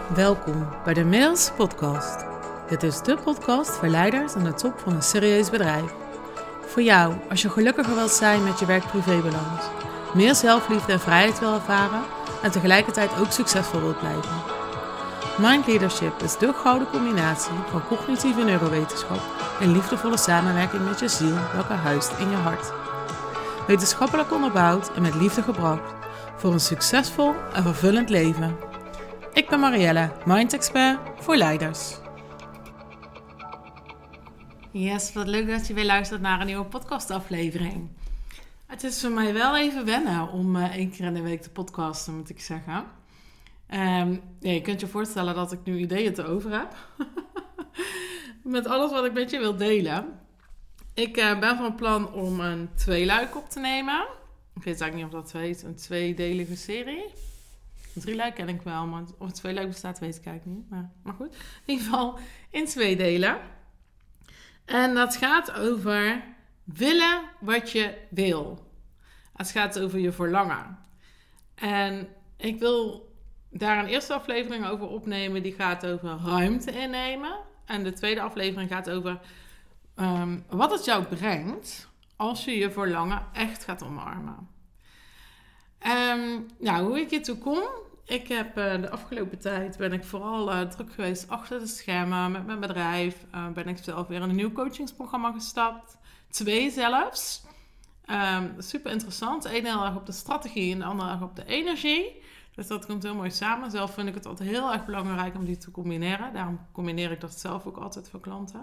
Welkom bij de Mails Podcast. Dit is de podcast voor leiders aan de top van een serieus bedrijf. Voor jou, als je gelukkiger wilt zijn met je werk-privé-balans, meer zelfliefde en vrijheid wil ervaren en tegelijkertijd ook succesvol wilt blijven. Mind Leadership is de gouden combinatie van cognitieve neurowetenschap en liefdevolle samenwerking met je ziel, welke huist in je hart. Wetenschappelijk onderbouwd en met liefde gebracht voor een succesvol en vervullend leven. Ik ben Marielle, Mind Expert voor leiders. Yes, wat leuk dat je weer luistert naar een nieuwe podcastaflevering. Het is voor mij wel even wennen om 1 keer in de week te podcasten, moet ik zeggen. Je kunt je voorstellen dat ik nu ideeën te over heb. Met alles wat ik met je wil delen. Ik ben van plan om een 2-luik op te nemen. Ik weet eigenlijk niet of dat 2 is, een 2-delige serie. 3-luik ken ik wel, maar of het 2-luik bestaat weet ik eigenlijk niet. Maar goed, in ieder geval in 2 delen. En dat gaat over willen wat je wil. Het gaat over je verlangen. En ik wil daar een eerste aflevering over opnemen. Die gaat over ruimte innemen. En de tweede aflevering gaat over wat het jou brengt als je je verlangen echt gaat omarmen. Hoe ik hiertoe kom. Ik heb de afgelopen tijd ben ik vooral druk geweest achter de schermen met mijn bedrijf. Ben ik zelf weer in een nieuw coachingsprogramma gestapt. 2 zelfs. Super interessant. Eén heel erg op de strategie en de andere erg op de energie. Dus dat komt heel mooi samen. Zelf vind ik het altijd heel erg belangrijk om die te combineren. Daarom combineer ik dat zelf ook altijd voor klanten.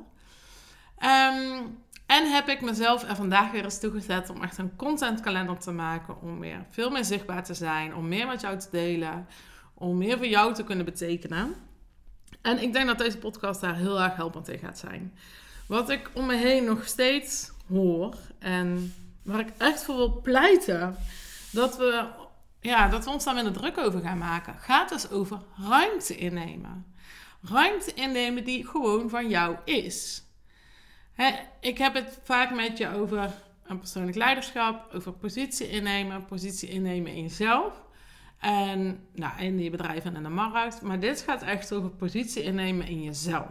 En heb ik mezelf er vandaag weer eens toegezet om echt een contentkalender te maken. Om veel meer zichtbaar te zijn. Om meer met jou te delen. Om meer voor jou te kunnen betekenen. En ik denk dat deze podcast daar heel erg helpend in gaat zijn. Wat ik om me heen nog steeds hoor. En waar ik echt voor wil pleiten. Dat we ons daar minder druk over gaan maken. Gaat dus over ruimte innemen. Ruimte innemen die gewoon van jou is. Ik heb het vaak met je over een persoonlijk leiderschap, over positie innemen in jezelf. En in je bedrijf en in de markt. Maar dit gaat echt over positie innemen in jezelf.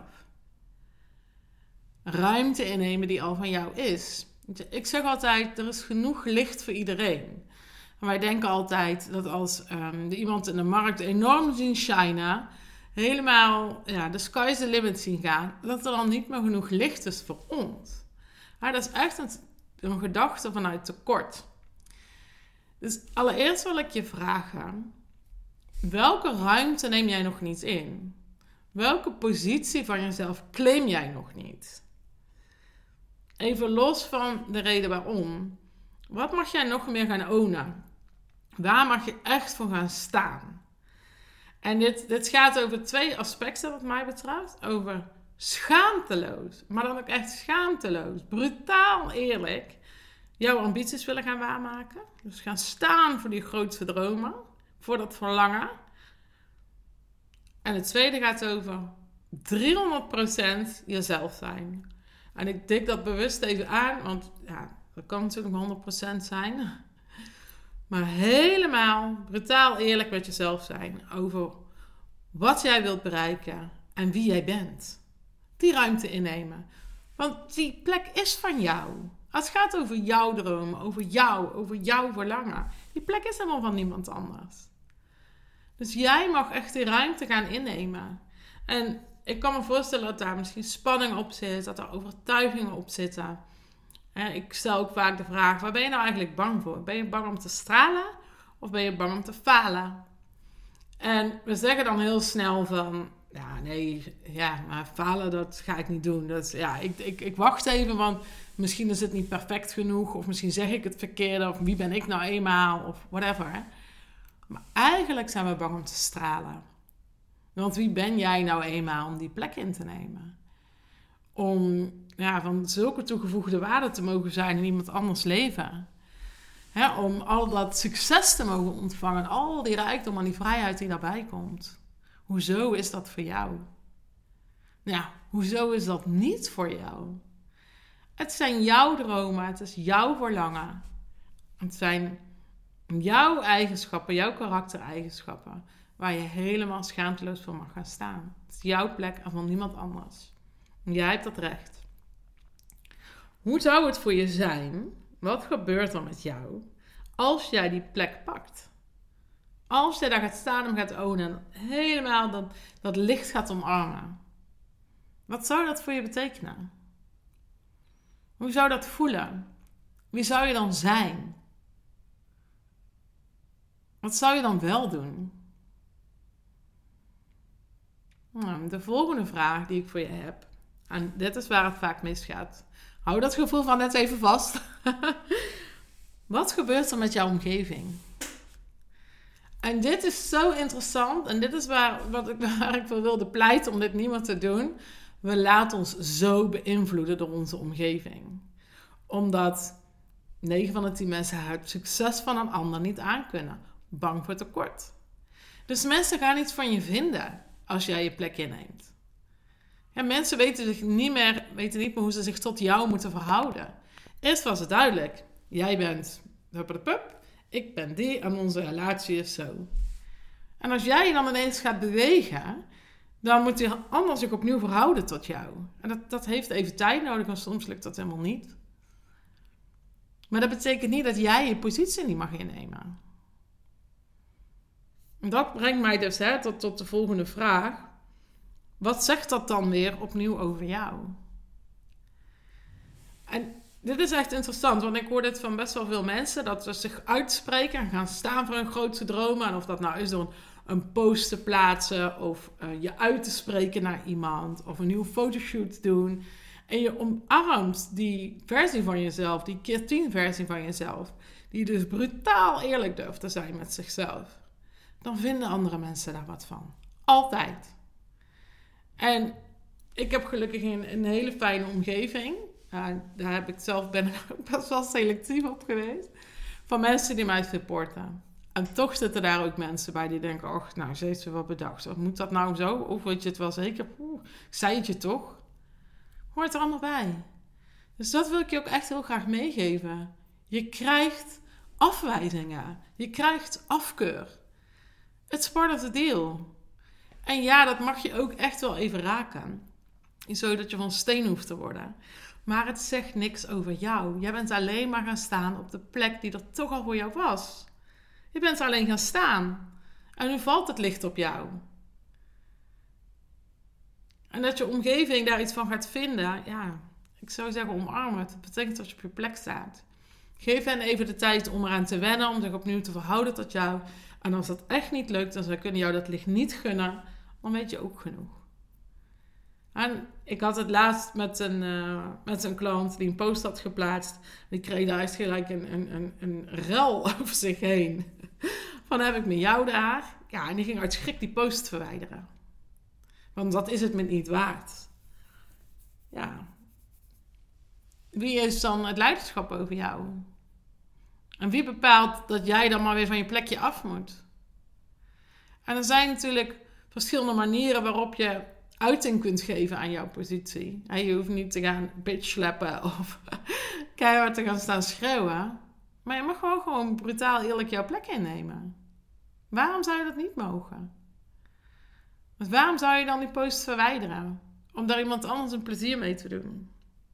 Ruimte innemen die al van jou is. Ik zeg altijd, er is genoeg licht voor iedereen. En wij denken altijd dat als iemand in de markt enorm zien shinen, helemaal de sky's the limit zien gaan, dat er dan niet meer genoeg licht is voor ons. Dat is echt een gedachte vanuit tekort. Dus allereerst wil ik je vragen, welke ruimte neem jij nog niet in? Welke positie van jezelf claim jij nog niet? Even los van de reden waarom. Wat mag jij nog meer gaan ownen? Waar mag je echt voor gaan staan? En dit gaat over 2 aspecten wat mij betreft. Over schaamteloos, maar dan ook echt schaamteloos, brutaal eerlijk, jouw ambities willen gaan waarmaken. Dus gaan staan voor die grootste dromen, voor dat verlangen. En het tweede gaat over 300% jezelf zijn. En ik dik dat bewust even aan, want dat kan natuurlijk 100% zijn. Maar helemaal brutaal eerlijk met jezelf zijn over wat jij wilt bereiken en wie jij bent. Die ruimte innemen. Want die plek is van jou. Het gaat over jouw dromen, over jouw verlangen. Die plek is helemaal van niemand anders. Dus jij mag echt die ruimte gaan innemen. En ik kan me voorstellen dat daar misschien spanning op zit, dat er overtuigingen op zitten. Ik stel ook vaak de vraag, waar ben je nou eigenlijk bang voor? Ben je bang om te stralen of ben je bang om te falen? En we zeggen dan heel snel van, maar falen dat ga ik niet doen. Ik wacht even, want misschien is het niet perfect genoeg of misschien zeg ik het verkeerde of wie ben ik nou eenmaal of whatever. Maar eigenlijk zijn we bang om te stralen. Want wie ben jij nou eenmaal om die plek in te nemen? Om van zulke toegevoegde waarde te mogen zijn in iemand anders leven. Om al dat succes te mogen ontvangen. Al die rijkdom en die vrijheid die daarbij komt. Hoezo is dat voor jou? Hoezo is dat niet voor jou? Het zijn jouw dromen. Het is jouw verlangen. Het zijn jouw eigenschappen, jouw karaktereigenschappen. waar je helemaal schaamteloos voor mag gaan staan. Het is jouw plek en van niemand anders. Jij hebt dat recht. Hoe zou het voor je zijn? Wat gebeurt er met jou als jij die plek pakt? Als jij daar gaat staan en gaat ownen en helemaal dat licht gaat omarmen. Wat zou dat voor je betekenen? Hoe zou dat voelen? Wie zou je dan zijn? Wat zou je dan wel doen? Nou, de volgende vraag die ik voor je heb, en dit is waar het vaak misgaat. Hou dat gevoel van net even vast. Wat gebeurt er met jouw omgeving? En dit is zo interessant. En dit is waar ik voor wilde pleiten om dit niet meer te doen. We laten ons zo beïnvloeden door onze omgeving. Omdat 9 van de 10 mensen het succes van een ander niet aankunnen. Bang voor tekort. Dus mensen gaan iets van je vinden als jij je plek inneemt. Ja, mensen weten niet meer hoe ze zich tot jou moeten verhouden. Eerst was het duidelijk. Jij bent huppelepup, ik ben die en onze relatie is zo. En als jij je dan ineens gaat bewegen, dan moet die ander zich opnieuw verhouden tot jou. En dat heeft even tijd nodig en soms lukt dat helemaal niet. Maar dat betekent niet dat jij je positie niet mag innemen. En dat brengt mij dus tot de volgende vraag. Wat zegt dat dan weer opnieuw over jou? En dit is echt interessant, want ik hoor dit van best wel veel mensen, dat ze zich uitspreken en gaan staan voor hun grootste dromen. En of dat nou is door een post te plaatsen, of je uit te spreken naar iemand, of een nieuwe fotoshoot doen. En je omarmt die versie van jezelf, die keer 10 versie van jezelf, die dus brutaal eerlijk durft te zijn met zichzelf. Dan vinden andere mensen daar wat van. Altijd. En ik heb gelukkig een hele fijne omgeving. Daar ben ik ook best wel selectief op geweest. Van mensen die mij supporten. En toch zitten daar ook mensen bij die denken, och, nou, ze heeft ze wel bedacht. Of moet dat nou zo? Of weet je het wel zeker? Ik zei het je toch? Hoort er allemaal bij. Dus dat wil ik je ook echt heel graag meegeven. Je krijgt afwijzingen. Je krijgt afkeur. It's part of the deal. En ja, dat mag je ook echt wel even raken. Zodat je van steen hoeft te worden. Maar het zegt niks over jou. Jij bent alleen maar gaan staan op de plek die er toch al voor jou was. Je bent alleen gaan staan. En nu valt het licht op jou. En dat je omgeving daar iets van gaat vinden, ja, ik zou zeggen omarmen het. Dat betekent dat je op je plek staat. Geef hen even de tijd om eraan te wennen, om zich opnieuw te verhouden tot jou. En als dat echt niet lukt en ze kunnen jou dat licht niet gunnen, dan weet je ook genoeg. En ik had het laatst met een klant die een post had geplaatst. Die kreeg daar echt gelijk een rel over zich heen. Van heb ik met jou daar? Ja, en die ging uit schrik die post verwijderen. Want dat is het me niet waard. Ja. Wie heeft dan het leiderschap over jou? En wie bepaalt dat jij dan maar weer van je plekje af moet? En er zijn natuurlijk verschillende manieren waarop je uiting kunt geven aan jouw positie. En je hoeft niet te gaan bitch-slappen of keihard te gaan staan schreeuwen. Maar je mag gewoon brutaal eerlijk jouw plek innemen. Waarom zou je dat niet mogen? Want waarom zou je dan die post verwijderen? Om daar iemand anders een plezier mee te doen.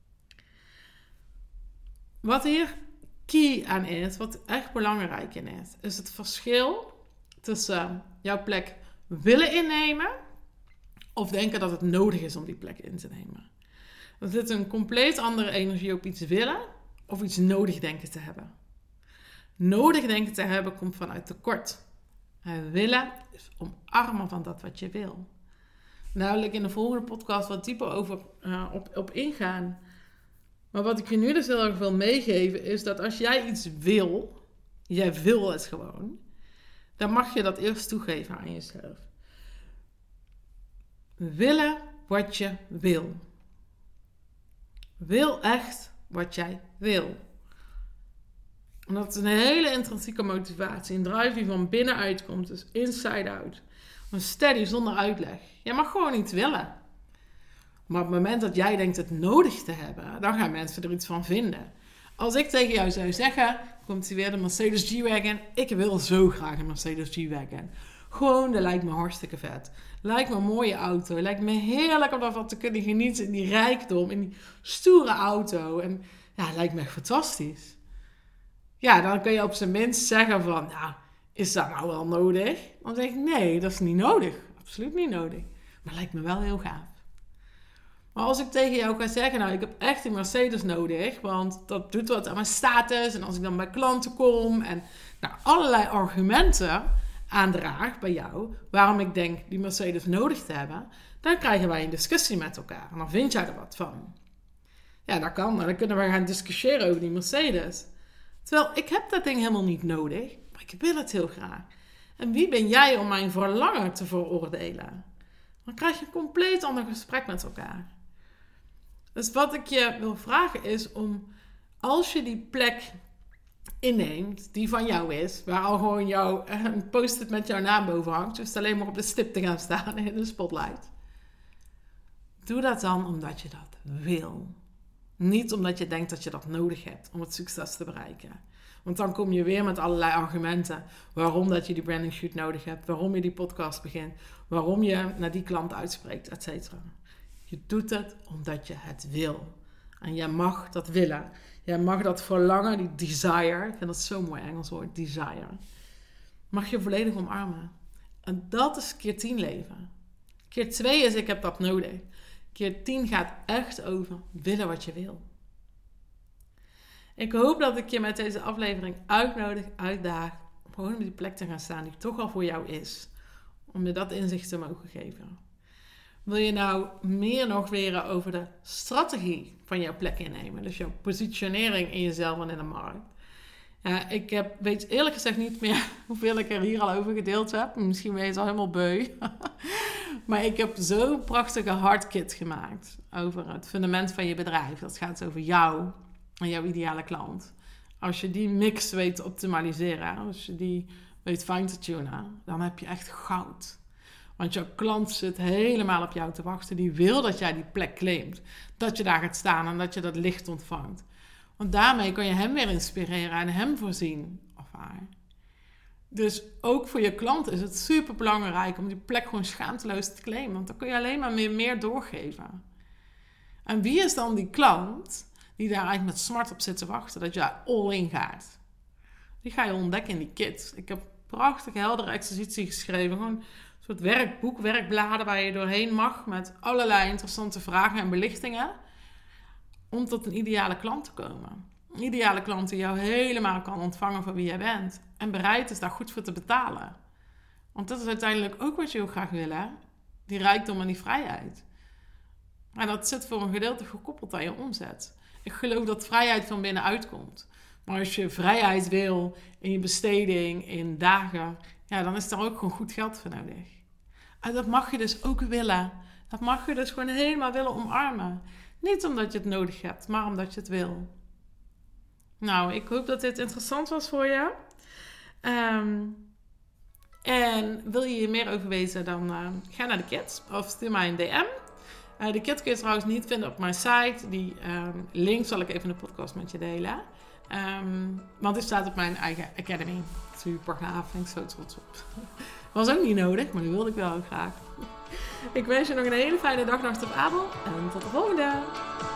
Wat hier key aan is, wat echt belangrijk in is het verschil tussen jouw plek willen innemen of denken dat het nodig is om die plek in te nemen. Er zit een compleet andere energie op iets willen of iets nodig denken te hebben. Nodig denken te hebben komt vanuit tekort. En willen is omarmen van dat wat je wil. Daar wil ik in de volgende podcast wat dieper over op ingaan. Maar wat ik je nu dus heel erg wil meegeven is dat als jij iets wil, jij wil het gewoon, dan mag je dat eerst toegeven aan jezelf. Willen wat je wil. Wil echt wat jij wil. En dat is een hele intrinsieke motivatie. Een drive die van binnenuit komt. Dus inside out. Een steady zonder uitleg. Je mag gewoon iets willen. Maar op het moment dat jij denkt het nodig te hebben, dan gaan mensen er iets van vinden. Als ik tegen jou zou zeggen, komt hier weer de Mercedes G-Wagon. Ik wil zo graag een Mercedes G-Wagon. Gewoon, dat lijkt me hartstikke vet. Lijkt me een mooie auto. Lijkt me heerlijk om daarvan te kunnen genieten in die rijkdom, in die stoere auto. En ja, lijkt me echt fantastisch. Ja, dan kun je op zijn minst zeggen van, nou, is dat nou wel nodig? Dan zeg ik, nee, dat is niet nodig. Absoluut niet nodig. Maar lijkt me wel heel gaaf. Maar als ik tegen jou ga zeggen, nou, ik heb echt een Mercedes nodig, want dat doet wat aan mijn status. En als ik dan bij klanten kom en nou, allerlei argumenten aandraag bij jou, waarom ik denk die Mercedes nodig te hebben, dan krijgen wij een discussie met elkaar. En dan vind jij er wat van. Ja, dat kan. Dan kunnen we gaan discussiëren over die Mercedes. Terwijl, ik heb dat ding helemaal niet nodig, maar ik wil het heel graag. En wie ben jij om mijn verlangen te veroordelen? Dan krijg je een compleet ander gesprek met elkaar. Dus wat ik je wil vragen is om, als je die plek inneemt, die van jou is, waar al gewoon een post-it met jouw naam boven hangt, dus alleen maar op de stip te gaan staan in de spotlight. Doe dat dan omdat je dat wil. Niet omdat je denkt dat je dat nodig hebt om het succes te bereiken. Want dan kom je weer met allerlei argumenten waarom dat je die branding shoot nodig hebt, waarom je die podcast begint, waarom je naar die klant uitspreekt, et cetera. Je doet het omdat je het wil. En jij mag dat willen. Jij mag dat verlangen, die desire, ik vind dat zo'n mooi Engels woord, desire, mag je volledig omarmen. En dat is keer 10 leven. Keer 2 is ik heb dat nodig. Keer 10 gaat echt over willen wat je wil. Ik hoop dat ik je met deze aflevering uitdaag om gewoon op die plek te gaan staan die toch al voor jou is. Om je dat inzicht te mogen geven. Wil je nou meer nog leren over de strategie van jouw plek innemen? Dus jouw positionering in jezelf en in de markt. Ja, ik weet eerlijk gezegd niet meer hoeveel ik er hier al over gedeeld heb. Misschien ben je het al helemaal beu. Maar ik heb zo'n prachtige hardkit gemaakt over het fundament van je bedrijf. Dat gaat over jou en jouw ideale klant. Als je die mix weet te optimaliseren, als je die weet fine te tunen, dan heb je echt goud. Want jouw klant zit helemaal op jou te wachten. Die wil dat jij die plek claimt. Dat je daar gaat staan en dat je dat licht ontvangt. Want daarmee kan je hem weer inspireren en hem voorzien of haar. Dus ook voor je klant is het super belangrijk om die plek gewoon schaamteloos te claimen. Want dan kun je alleen maar meer doorgeven. En wie is dan die klant die daar eigenlijk met smart op zit te wachten? Dat jij all in gaat. Die ga je ontdekken in die kit. Ik heb prachtige heldere exercitie geschreven. Gewoon een soort werkboek, werkbladen waar je doorheen mag. Met allerlei interessante vragen en belichtingen. Om tot een ideale klant te komen. Een ideale klant die jou helemaal kan ontvangen voor wie jij bent. En bereid is daar goed voor te betalen. Want dat is uiteindelijk ook wat je heel graag wil, hè? Die rijkdom en die vrijheid. Maar dat zit voor een gedeelte gekoppeld aan je omzet. Ik geloof dat vrijheid van binnenuit komt. Maar als je vrijheid wil in je besteding, in dagen, ja, dan is daar ook gewoon goed geld voor nodig. En dat mag je dus ook willen. Dat mag je dus gewoon helemaal willen omarmen. Niet omdat je het nodig hebt, maar omdat je het wil. Nou, ik hoop dat dit interessant was voor je. En wil je hier meer over weten, dan ga naar de kit of stuur mij een DM. De kit kun je trouwens niet vinden op mijn site. Die link zal ik even in de podcast met je delen. Want die staat op mijn eigen academy. Super gaaf, ben ik zo trots op. Was ook niet nodig, maar die wilde ik wel heel graag. Ik wens je nog een hele fijne dag, nacht of avond. En tot de volgende!